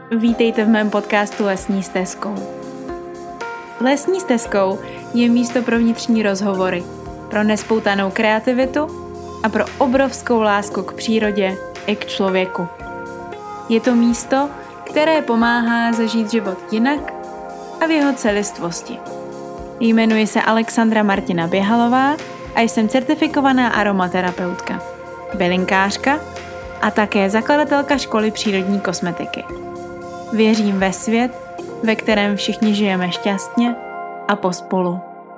Vítejte v mém podcastu Lesní stezkou. Lesní stezkou je místo pro vnitřní rozhovory, pro nespoutanou kreativitu a pro obrovskou lásku k přírodě i k člověku. Je to místo, které pomáhá zažít život jinak a v jeho celistvosti. Jmenuji se Alexandra Martina Běhalová a jsem certifikovaná aromaterapeutka, bylinkářka a také zakladatelka školy přírodní kosmetiky. Věřím ve svět, ve kterém všichni žijeme šťastně a pospolu.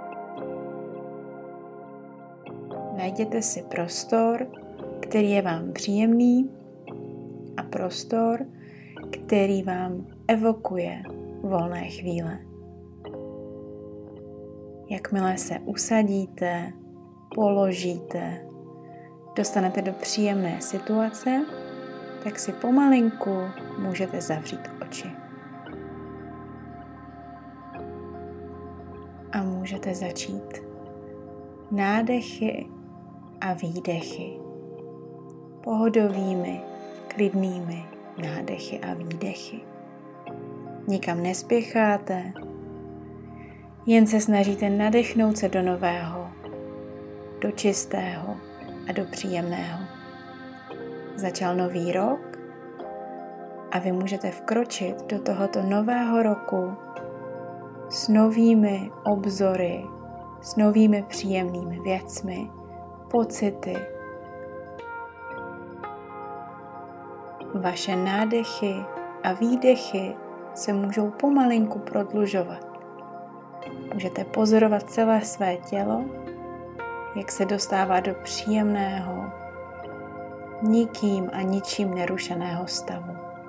Najděte si prostor, který je vám příjemný a prostor, který vám evokuje volné chvíle. Jakmile se usadíte, položíte, dostanete do příjemné situace, tak si pomalinku můžete zavřít oči. A můžete začít nádechy a výdechy. Pohodovými, klidnými nádechy a výdechy. Nikam nespěcháte, jen se snažíte nadechnout se do nového, do čistého a do příjemného. Začal nový rok a vy můžete vkročit do tohoto nového roku s novými obzory, s novými příjemnými věcmi, pocity. Vaše nádechy a výdechy se můžou pomalinku prodlužovat. Můžete pozorovat celé své tělo, jak se dostává do příjemného, nikým a ničím nerušeného stavu.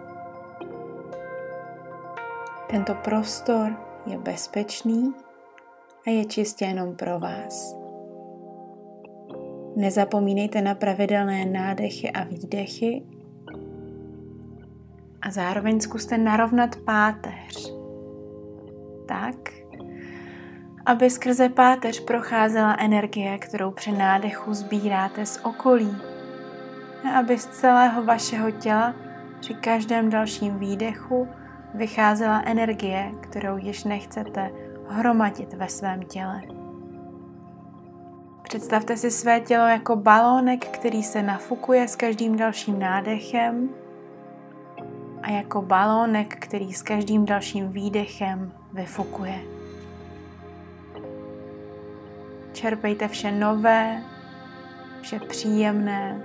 Tento prostor je bezpečný a je čistě jenom pro vás. Nezapomínejte na pravidelné nádechy a výdechy a zároveň zkuste narovnat páteř tak, aby skrze páteř procházela energie, kterou při nádechu sbíráte z okolí, a aby z celého vašeho těla při každém dalším výdechu vycházela energie, kterou již nechcete hromadit ve svém těle. Představte si své tělo jako balónek, který se nafukuje s každým dalším nádechem a jako balónek, který s každým dalším výdechem vyfukuje. Čerpejte vše nové, vše příjemné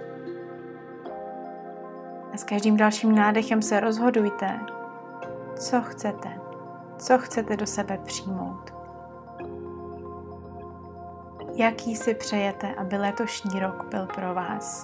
a s každým dalším nádechem se rozhodujte, co chcete do sebe přijmout. Jaký si přejete, aby letošní rok byl pro vás.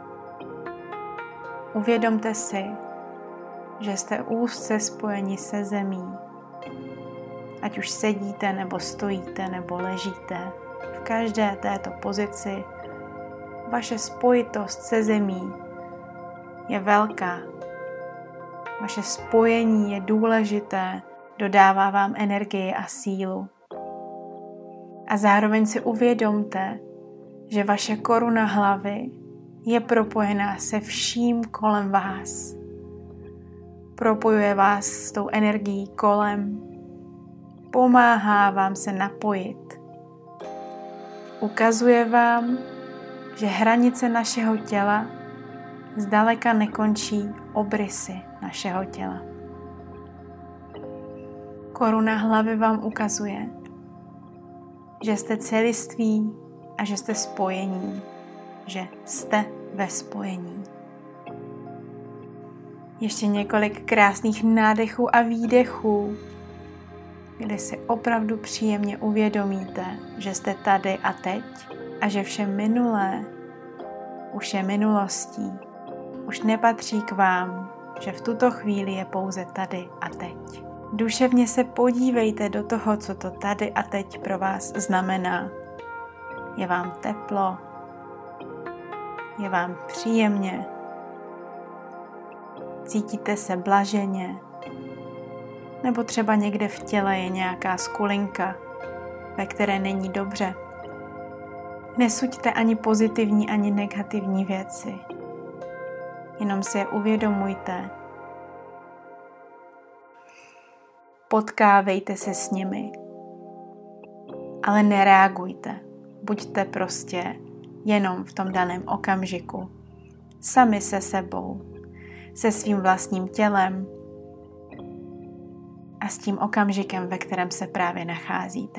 Uvědomte si, že jste úzce spojeni se zemí. Ať už sedíte, nebo stojíte, nebo ležíte, v každé této pozici vaše spojitost se zemí je velká. Vaše spojení je důležité, dodává vám energii a sílu. A zároveň si uvědomte, že vaše koruna hlavy je propojená se vším kolem vás. Propojuje vás s tou energií kolem, pomáhá vám se napojit. Ukazuje vám, že hranice našeho těla zdaleka nekončí obrysy našeho těla. Koruna hlavy vám ukazuje, že jste celiství a že jste spojení, že jste ve spojení. Ještě několik krásných nádechů a výdechů, kde si opravdu příjemně uvědomíte, že jste tady a teď a že vše minulé už je minulostí, už nepatří k vám, že v tuto chvíli je pouze tady a teď. Duševně se podívejte do toho, co to tady a teď pro vás znamená. Je vám teplo? Je vám příjemně? Cítíte se blaženě? Nebo třeba někde v těle je nějaká skulinka, ve které není dobře? Nesuďte ani pozitivní, ani negativní věci. Jenom si je uvědomujte potkávejte se s nimi, ale nereagujte. Buďte prostě jenom v tom daném okamžiku. Sami se sebou, se svým vlastním tělem a s tím okamžikem, ve kterém se právě nacházíte.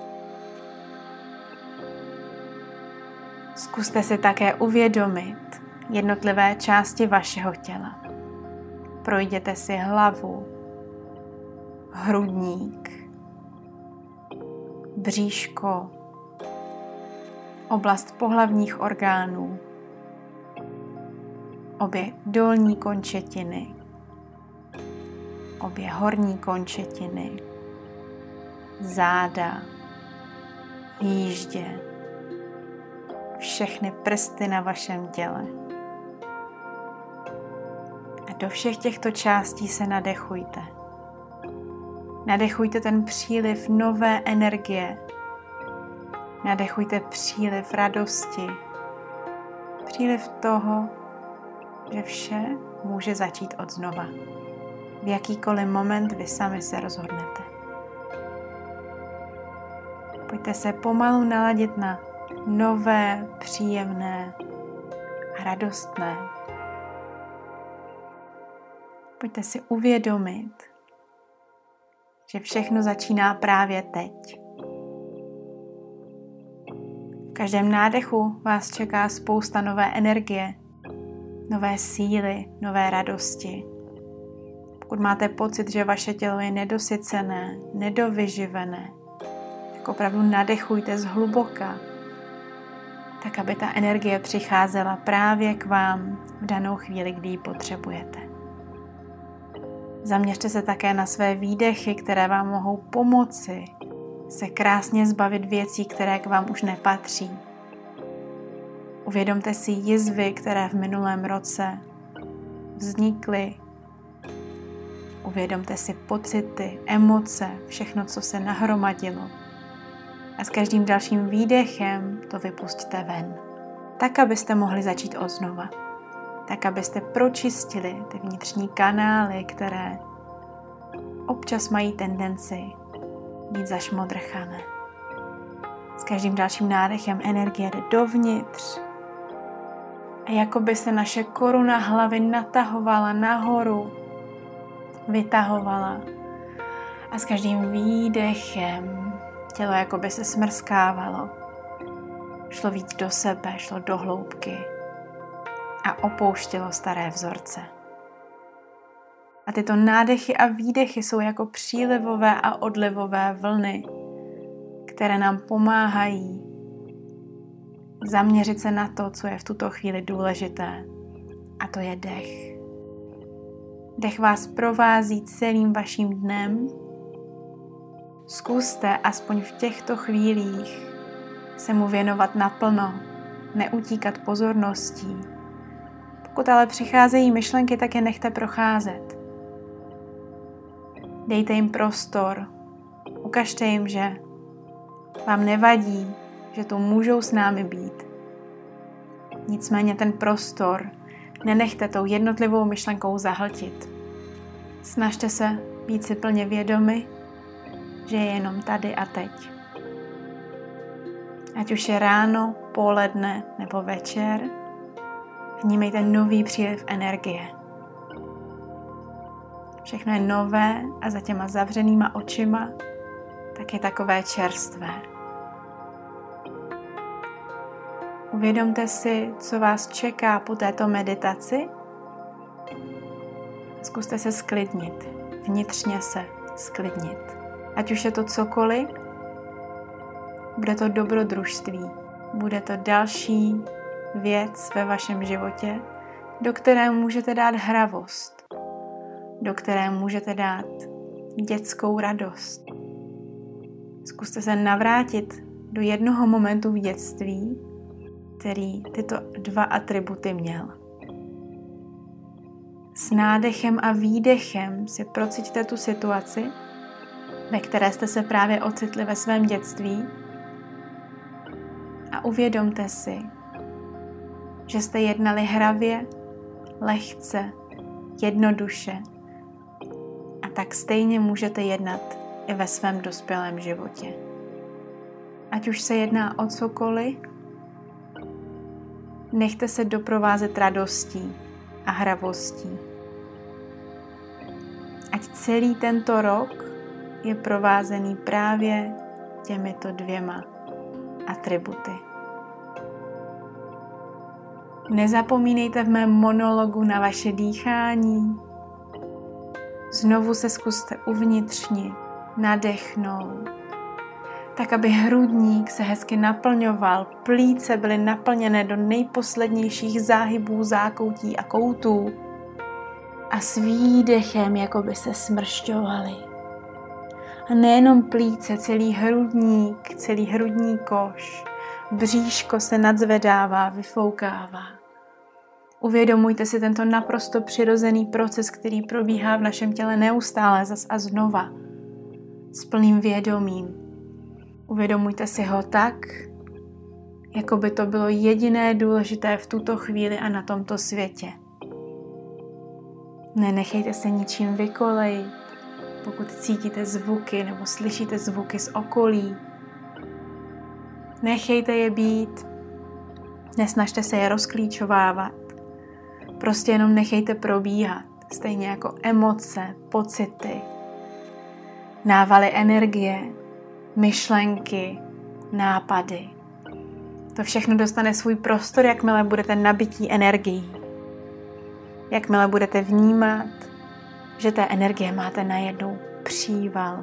Zkuste si také uvědomit jednotlivé části vašeho těla. Projděte si hlavu, hrudník, bříško, oblast pohlavních orgánů, obě dolní končetiny, obě horní končetiny, záda, jíždě, všechny prsty na vašem těle. A do všech těchto částí se nadechujte. Nadechujte ten příliv nové energie. Nadechujte příliv radosti. Příliv toho, že vše může začít od znova. V jakýkoliv moment vy sami se rozhodnete. Pojďte se pomalu naladit na nové, příjemné a radostné. Pojďte si uvědomit, že všechno začíná právě teď. V každém nádechu vás čeká spousta nové energie, nové síly, nové radosti. Pokud máte pocit, že vaše tělo je nedosycené, nedovyživené, tak opravdu nadechujte zhluboka, tak aby ta energie přicházela právě k vám v danou chvíli, kdy ji potřebujete. Zaměřte se také na své výdechy, které vám mohou pomoci se krásně zbavit věcí, které k vám už nepatří. Uvědomte si jizvy, které v minulém roce vznikly. Uvědomte si pocity, emoce, všechno, co se nahromadilo. A s každým dalším výdechem to vypusťte ven. Tak, abyste mohli začít odznova. Tak, abyste pročistili ty vnitřní kanály, které občas mají tendenci být zašmodrchané. S každým dalším nádechem energie jde dovnitř a jako by se naše koruna hlavy natahovala nahoru, vytahovala a s každým výdechem tělo jako by se smrskávalo. Šlo víc do sebe, šlo do hloubky a opouštělo staré vzorce. A tyto nádechy a výdechy jsou jako přílivové a odlivové vlny, které nám pomáhají zaměřit se na to, co je v tuto chvíli důležité. A to je dech. Dech vás provází celým vaším dnem. Zkuste aspoň v těchto chvílích se mu věnovat naplno, neutíkat pozorností. Pokud ale přicházejí myšlenky, tak je nechte procházet. Dejte jim prostor. Ukažte jim, že vám nevadí, že tu můžou s námi být. Nicméně ten prostor nenechte tou jednotlivou myšlenkou zahltit. Snažte se být si plně vědomi, že je jenom tady a teď. Ať už je ráno, poledne nebo večer, vnímejte nový příliv energie. Všechno je nové a za těma zavřenýma očima tak je takové čerstvé. Uvědomte si, co vás čeká po této meditaci. Zkuste se sklidnit, vnitřně se sklidnit. Ať už je to cokoliv, bude to dobrodružství, bude to další věc ve vašem životě, do které můžete dát hravost, do které můžete dát dětskou radost. Zkuste se navrátit do jednoho momentu v dětství, který tyto dva atributy měl. S nádechem a výdechem si prociťte tu situaci, ve které jste se právě ocitli ve svém dětství a uvědomte si, že jste jednali hravě, lehce, jednoduše a tak stejně můžete jednat i ve svém dospělém životě. Ať už se jedná o cokoliv, nechte se doprovázet radostí a hravostí. Ať celý tento rok je provázený právě těmito 2 atributy. Nezapomínejte v mém monologu na vaše dýchání. Znovu se zkuste uvnitřnit, nadechnout, tak aby hrudník se hezky naplňoval, plíce byly naplněné do nejposlednějších záhybů, zákoutí a koutů a s výdechem jako by se smršťovaly. A nejenom plíce, celý hrudní koš, bříško se nadzvedává, vyfoukává. Uvědomujte si tento naprosto přirozený proces, který probíhá v našem těle neustále zas a znova, s plným vědomím. Uvědomujte si ho tak, jako by to bylo jediné důležité v tuto chvíli a na tomto světě. Nenechejte se ničím vykolejit, pokud cítíte zvuky nebo slyšíte zvuky z okolí. Nechejte je být, nesnažte se je rozklíčovávat. Prostě jenom nechejte probíhat, stejně jako emoce, pocity, návaly energie, myšlenky, nápady. To všechno dostane svůj prostor, jakmile budete nabití energií. Jakmile budete vnímat, že té energie máte najednou příval.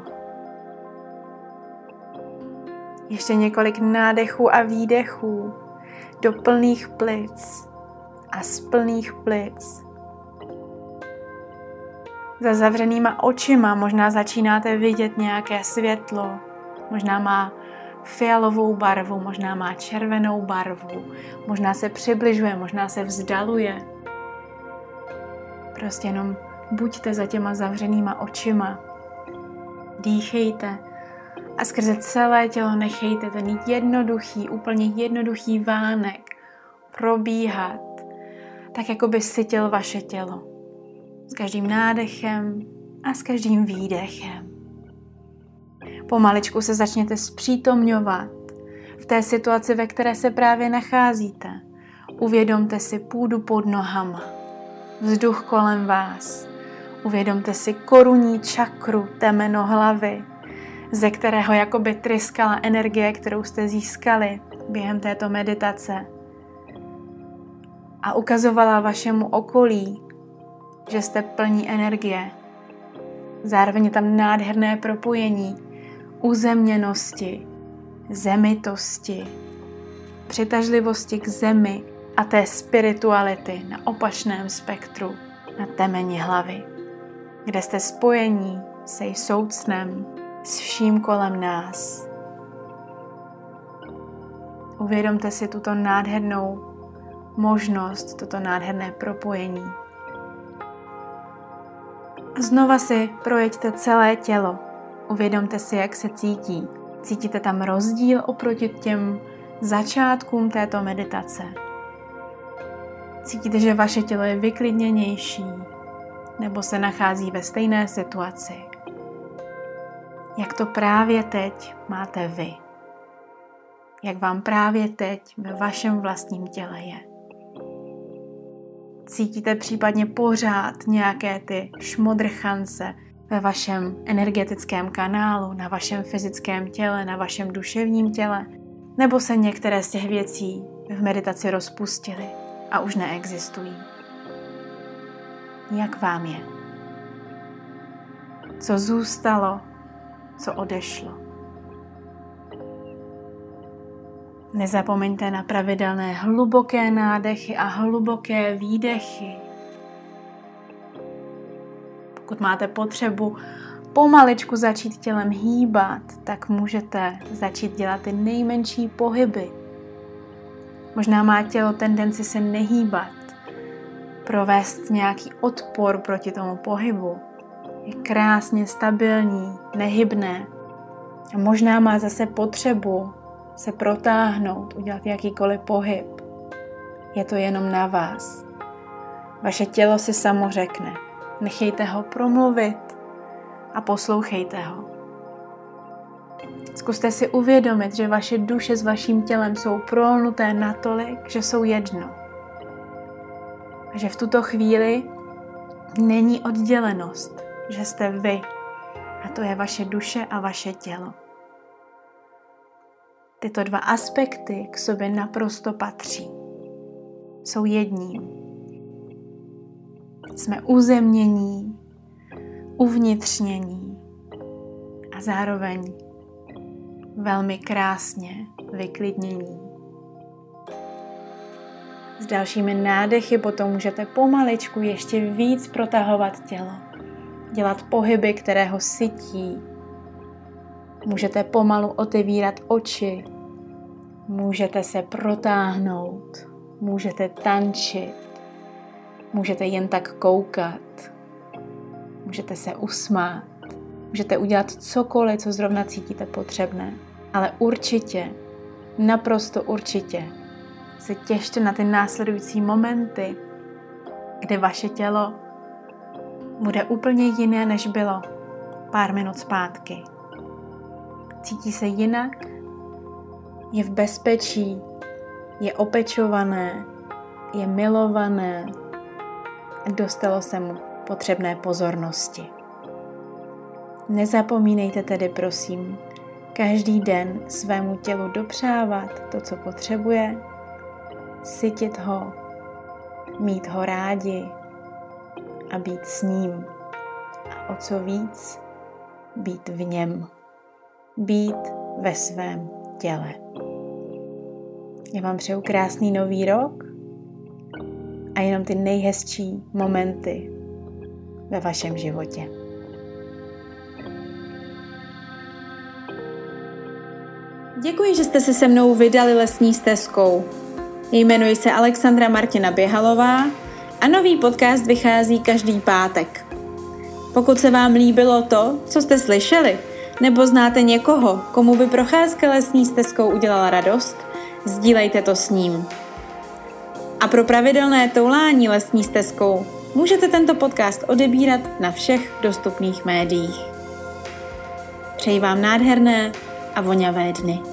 Ještě několik nádechů a výdechů do plných plic a z plných plic. Za zavřenýma očima možná začínáte vidět nějaké světlo, možná má fialovou barvu, možná má červenou barvu, možná se přibližuje, možná se vzdaluje. Prostě jenom buďte za těma zavřenýma očima. Dýchejte a skrze celé tělo nechejte ten úplně jednoduchý vánek probíhat, tak jako by sytil vaše tělo. S každým nádechem a s každým výdechem. Pomaličku se začněte zpřítomňovat v té situaci, ve které se právě nacházíte. Uvědomte si půdu pod nohama, vzduch kolem vás. Uvědomte si korunní čakru, temeno hlavy, ze kterého jakoby tryskala energie, kterou jste získali během této meditace. A ukazovala vašemu okolí, že jste plní energie. Zároveň je tam nádherné propojení uzemněnosti, zemitosti, přitažlivosti k zemi a té spirituality na opačném spektru, na temeni hlavy, kde jste spojení se soucnem s vším kolem nás. Uvědomte si tuto nádhernou možnost, toto nádherné propojení. A znova si projeďte celé tělo. Uvědomte si, jak se cítí. Cítíte tam rozdíl oproti těm začátkům této meditace? Cítíte, že vaše tělo je vyklidněnější nebo se nachází ve stejné situaci? Jak to právě teď máte vy? Jak vám právě teď ve vašem vlastním těle je? Cítíte případně pořád nějaké ty šmodrchance ve vašem energetickém kanálu, na vašem fyzickém těle, na vašem duševním těle? Nebo se některé z těch věcí v meditaci rozpustily a už neexistují? Jak vám je? Co zůstalo? Co odešlo? Nezapomeňte na pravidelné hluboké nádechy a hluboké výdechy. Pokud máte potřebu pomaličku začít tělem hýbat, tak můžete začít dělat ty nejmenší pohyby. Možná má tělo tendenci se nehýbat, provést nějaký odpor proti tomu pohybu. Je krásně stabilní, nehybné. A možná má zase potřebu se protáhnout, udělat jakýkoliv pohyb. Je to jenom na vás. Vaše tělo si samo řekne. Nechejte ho promluvit. a poslouchejte ho. Zkuste si uvědomit, že vaše duše s vaším tělem jsou prolnuté natolik, že jsou jedno. A že v tuto chvíli není oddělenost, že jste vy. A to je vaše duše a vaše tělo. Tyto dva aspekty k sobě naprosto patří. Jsou jedním. Jsme uzemnění, uvnitřnění a zároveň velmi krásně vyklidnění. S dalšími nádechy potom můžete pomaličku ještě víc protahovat tělo. Dělat pohyby, které ho sytí. Můžete pomalu otevírat oči. Můžete se protáhnout. Můžete tančit. Můžete jen tak koukat. Můžete se usmát. Můžete udělat cokoliv, co zrovna cítíte potřebné. Ale určitě, naprosto určitě, se těšte na ty následující momenty, kdy vaše tělo bude úplně jiné, než bylo pár minut zpátky. Cítí se jinak, je v bezpečí, je opečované, je milované a dostalo se mu potřebné pozornosti. Nezapomínejte tedy, prosím, každý den svému tělu dopřávat to, co potřebuje, sytit ho, mít ho rádi a být s ním. A o co víc, být v něm. Být ve svém těle. Já vám přeju krásný nový rok a jenom ty nejhezčí momenty ve vašem životě. Děkuji, že jste se se mnou vydali lesní stezkou. Jmenuji se Alexandra Martina Běhalová a nový podcast vychází každý pátek. Pokud se vám líbilo to, co jste slyšeli, nebo znáte někoho, komu by procházka lesní stezkou udělala radost, sdílejte to s ním. A pro pravidelné toulání lesní stezkou můžete tento podcast odebírat na všech dostupných médiích. Přeji vám nádherné a voňavé dny.